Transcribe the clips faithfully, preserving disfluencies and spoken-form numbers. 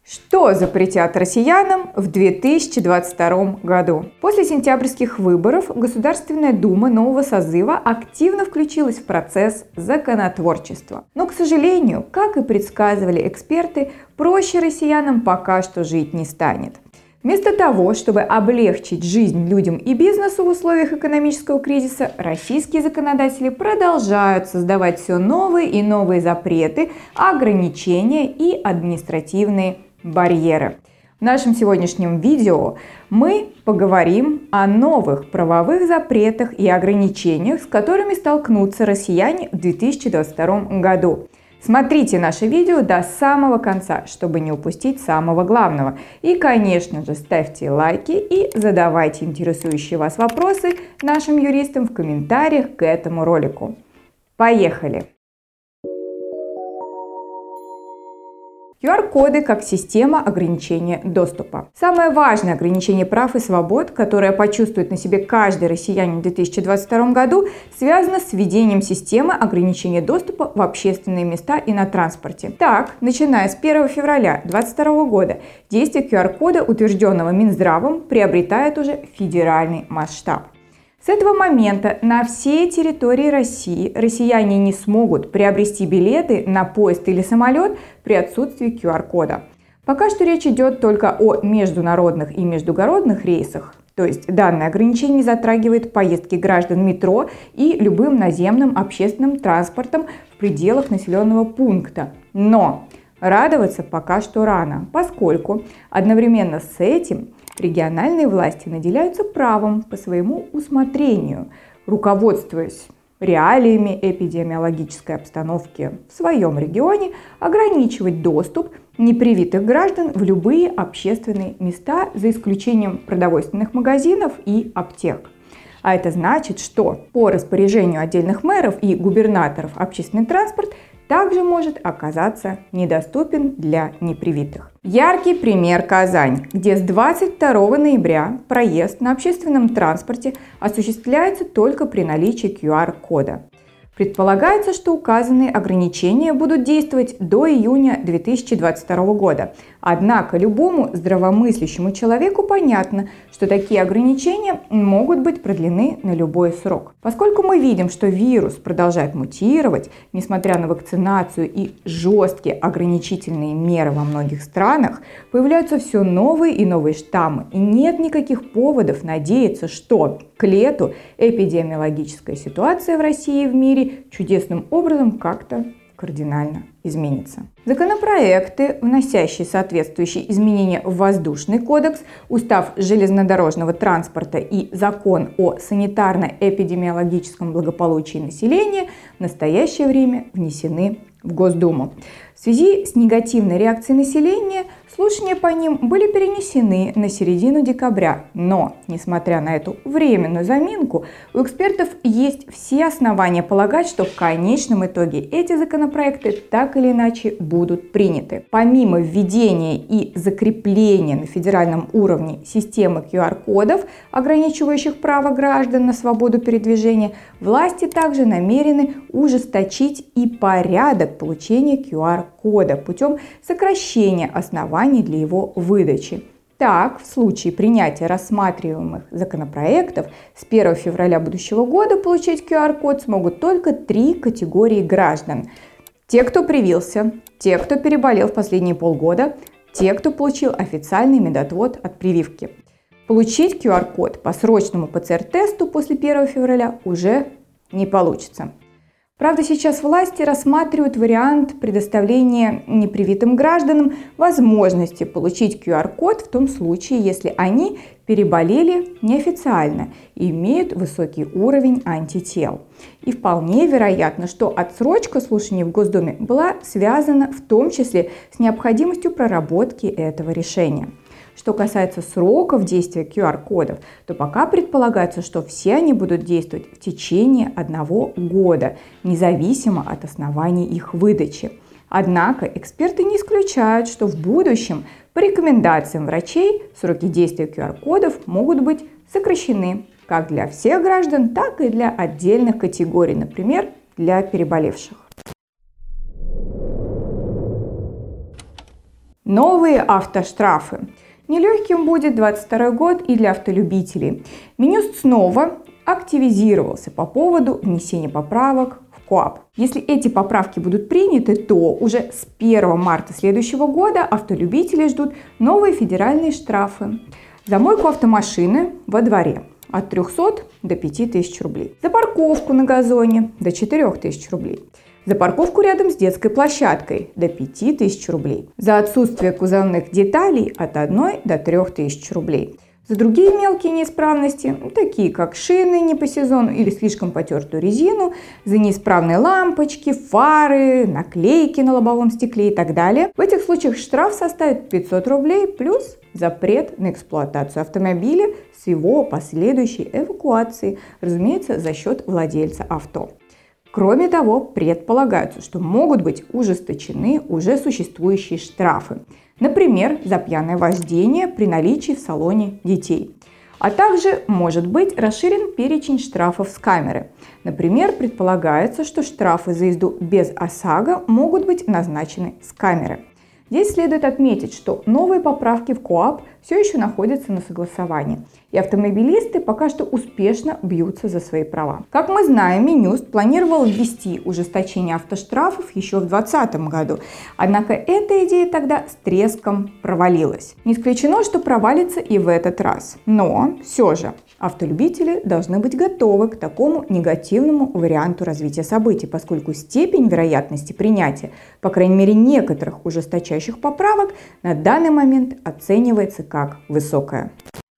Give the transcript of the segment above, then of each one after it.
Что запретят россиянам в две тысячи двадцать втором году? После сентябрьских выборов Государственная Дума нового созыва активно включилась в процесс законотворчества. Но, к сожалению, как и предсказывали эксперты, проще россиянам пока что жить не станет. Вместо того, чтобы облегчить жизнь людям и бизнесу в условиях экономического кризиса, российские законодатели продолжают создавать все новые и новые запреты, ограничения и административные барьеры. В нашем сегодняшнем видео мы поговорим о новых правовых запретах и ограничениях, с которыми столкнутся россияне в две тысячи двадцать втором году. Смотрите наше видео до самого конца, чтобы не упустить самого главного. И, конечно же, ставьте лайки и задавайте интересующие вас вопросы нашим юристам в комментариях к этому ролику. Поехали! ку ар-коды как система ограничения доступа. Самое важное ограничение прав и свобод, которое почувствует на себе каждый россиянин в две тысячи двадцать втором году, связано с введением системы ограничения доступа в общественные места и на транспорте. Так, начиная с первого февраля две тысячи двадцать второго года, действие ку ар-кода, утвержденного Минздравом, приобретает уже федеральный масштаб. С этого момента на всей территории России россияне не смогут приобрести билеты на поезд или самолет при отсутствии ку ар-кода. Пока что речь идет только о международных и междугородных рейсах, то есть данное ограничение затрагивает поездки граждан метро и любым наземным общественным транспортом в пределах населенного пункта. Но радоваться пока что рано, поскольку одновременно с этим региональные власти наделяются правом по своему усмотрению, руководствуясь реалиями эпидемиологической обстановки в своем регионе, ограничивать доступ непривитых граждан в любые общественные места, за исключением продовольственных магазинов и аптек. А это значит, что по распоряжению отдельных мэров и губернаторов общественный транспорт также может оказаться недоступен для непривитых. Яркий пример — Казань, где с двадцать второго ноября проезд на общественном транспорте осуществляется только при наличии ку ар-кода. Предполагается, что указанные ограничения будут действовать до июня две тысячи двадцать второго года. Однако любому здравомыслящему человеку понятно, что такие ограничения могут быть продлены на любой срок. Поскольку мы видим, что вирус продолжает мутировать, несмотря на вакцинацию и жесткие ограничительные меры во многих странах, появляются все новые и новые штаммы, и нет никаких поводов надеяться, что к лету эпидемиологическая ситуация в России и в мире чудесным образом как-то кардинально изменится. Законопроекты, вносящие соответствующие изменения в Воздушный кодекс, Устав железнодорожного транспорта и Закон о санитарно-эпидемиологическом благополучии населения, в настоящее время внесены в Госдуму. В связи с негативной реакцией населения слушания по ним были перенесены на середину декабря. Но, несмотря на эту временную заминку, у экспертов есть все основания полагать, что в конечном итоге эти законопроекты так или иначе будут приняты. Помимо введения и закрепления на федеральном уровне системы ку ар-кодов, ограничивающих право граждан на свободу передвижения, власти также намерены ужесточить и порядок получения ку ар-кода путем сокращения оснований для его выдачи. Так, в случае принятия рассматриваемых законопроектов с первого февраля будущего года получить ку ар-код смогут только три категории граждан. Те, кто привился, те, кто переболел в последние полгода, те, кто получил официальный медотвод от прививки. Получить ку ар-код по срочному пэ цэ эр-тесту после первого февраля уже не получится. Правда, сейчас власти рассматривают вариант предоставления непривитым гражданам возможности получить ку ар-код в том случае, если они переболели неофициально и имеют высокий уровень антител. И вполне вероятно, что отсрочка слушаний в Госдуме была связана в том числе с необходимостью проработки этого решения. Что касается сроков действия ку ар-кодов, то пока предполагается, что все они будут действовать в течение одного года, независимо от оснований их выдачи. Однако эксперты не исключают, что в будущем по рекомендациям врачей сроки действия ку ар-кодов могут быть сокращены как для всех граждан, так и для отдельных категорий, например, для переболевших. Новые автоштрафы. Нелегким будет двадцать второй год и для автолюбителей. Минюст снова активизировался по поводу внесения поправок в КоАП. Если эти поправки будут приняты, то уже с первого марта следующего года автолюбители ждут новые федеральные штрафы. За мойку автомашины во дворе от трёхсот до пяти тысяч рублей. За парковку на газоне до четырёх тысяч рублей. За парковку рядом с детской площадкой до пяти тысяч рублей. За отсутствие кузовных деталей от одной до трёх тысяч рублей. За другие мелкие неисправности, такие как шины не по сезону или слишком потертую резину, за неисправные лампочки, фары, наклейки на лобовом стекле и так далее. В этих случаях штраф составит пятьсот рублей плюс запрет на эксплуатацию автомобиля с его последующей эвакуацией, разумеется, за счет владельца авто. Кроме того, предполагается, что могут быть ужесточены уже существующие штрафы. Например, за пьяное вождение при наличии в салоне детей. А также может быть расширен перечень штрафов с камеры. Например, предполагается, что штрафы за езду без ОСАГО могут быть назначены с камеры. Здесь следует отметить, что новые поправки в КоАП все еще находятся на согласовании, и автомобилисты пока что успешно бьются за свои права. Как мы знаем, Минюст планировал ввести ужесточение автоштрафов еще в две тысячи двадцатом году, однако эта идея тогда с треском провалилась. Не исключено, что провалится и в этот раз, но все же автолюбители должны быть готовы к такому негативному варианту развития событий, поскольку степень вероятности принятия, по крайней мере, некоторых ужесточающих поправок на данный момент оценивается как высокая.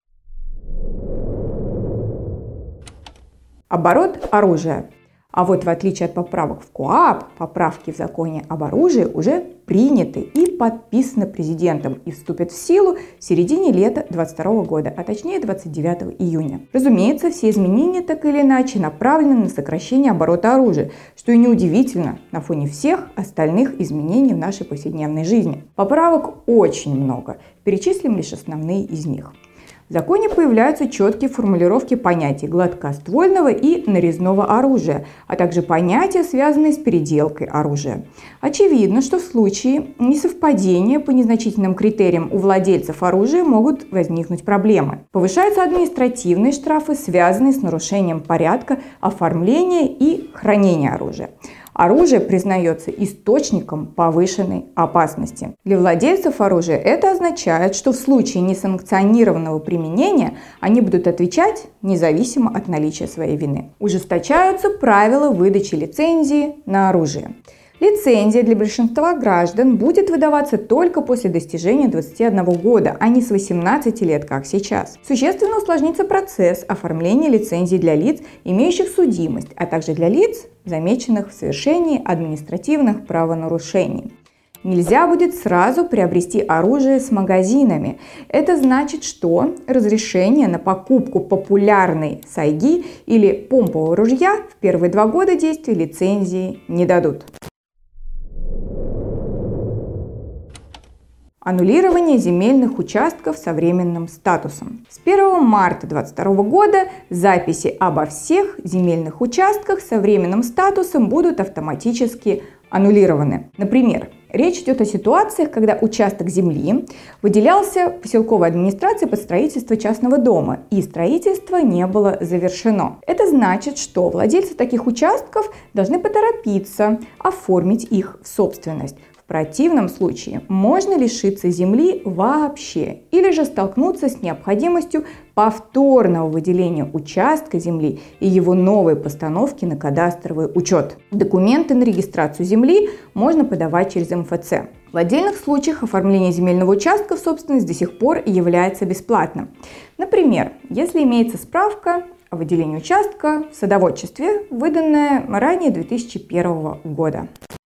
Оборот оружия. А вот в отличие от поправок в КоАП, поправки в законе об оружии уже приняты и подписаны президентом и вступят в силу в середине лета две тысячи двадцать второго года, а точнее двадцать девятого июня. Разумеется, все изменения так или иначе направлены на сокращение оборота оружия, что и неудивительно на фоне всех остальных изменений в нашей повседневной жизни. Поправок очень много, перечислим лишь основные из них. В законе появляются четкие формулировки понятий гладкоствольного и нарезного оружия, а также понятия, связанные с переделкой оружия. Очевидно, что в случае несовпадения по незначительным критериям у владельцев оружия могут возникнуть проблемы. Повышаются административные штрафы, связанные с нарушением порядка оформления и хранения оружия. Оружие признается источником повышенной опасности. Для владельцев оружия это означает, что в случае несанкционированного применения они будут отвечать независимо от наличия своей вины. Ужесточаются правила выдачи лицензии на оружие. Лицензия для большинства граждан будет выдаваться только после достижения двадцати одного года, а не с восемнадцати лет, как сейчас. Существенно усложнится процесс оформления лицензий для лиц, имеющих судимость, а также для лиц, замеченных в совершении административных правонарушений. Нельзя будет сразу приобрести оружие с магазинами. Это значит, что разрешение на покупку популярной сайги или помпового ружья в первые два года действия лицензии не дадут. Аннулирование земельных участков со временным статусом. С первого марта две тысячи двадцать второго года записи обо всех земельных участках со временным статусом будут автоматически аннулированы. Например, речь идет о ситуациях, когда участок земли выделялся поселковой администрации под строительство частного дома, и строительство не было завершено. Это значит, что владельцы таких участков должны поторопиться оформить их в собственность. В противном случае можно лишиться земли вообще или же столкнуться с необходимостью повторного выделения участка земли и его новой постановки на кадастровый учет. Документы на регистрацию земли можно подавать через эм эф цэ. В отдельных случаях оформление земельного участка в собственность до сих пор является бесплатным. Например, если имеется справка о выделении участка в садоводчестве, выданная ранее две тысячи первого года.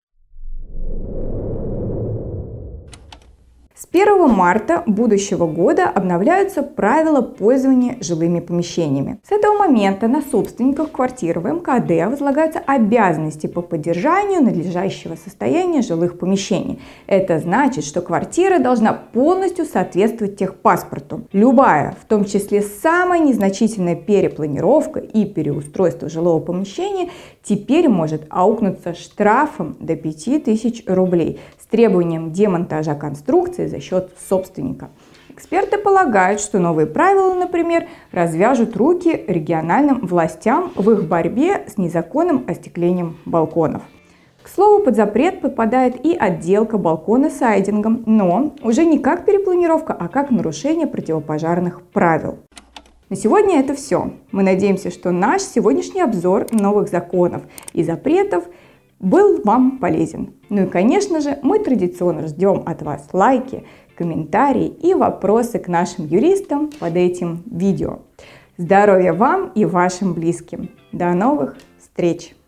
С первого марта будущего года обновляются правила пользования жилыми помещениями. С этого момента на собственников квартир в эм ка дэ возлагаются обязанности по поддержанию надлежащего состояния жилых помещений. Это значит, что квартира должна полностью соответствовать техпаспорту. Любая, в том числе самая незначительная перепланировка и переустройство жилого помещения теперь может аукнуться штрафом до пяти тысяч рублей с требованием демонтажа конструкции за счет собственника. Эксперты полагают, что новые правила, например, развяжут руки региональным властям в их борьбе с незаконным остеклением балконов. К слову, под запрет попадает и отделка балкона сайдингом, но уже не как перепланировка, а как нарушение противопожарных правил. На сегодня это все. Мы надеемся, что наш сегодняшний обзор новых законов и запретов был вам полезен. Ну и, конечно же, мы традиционно ждем от вас лайки, комментарии и вопросы к нашим юристам под этим видео. Здоровья вам и вашим близким. До новых встреч!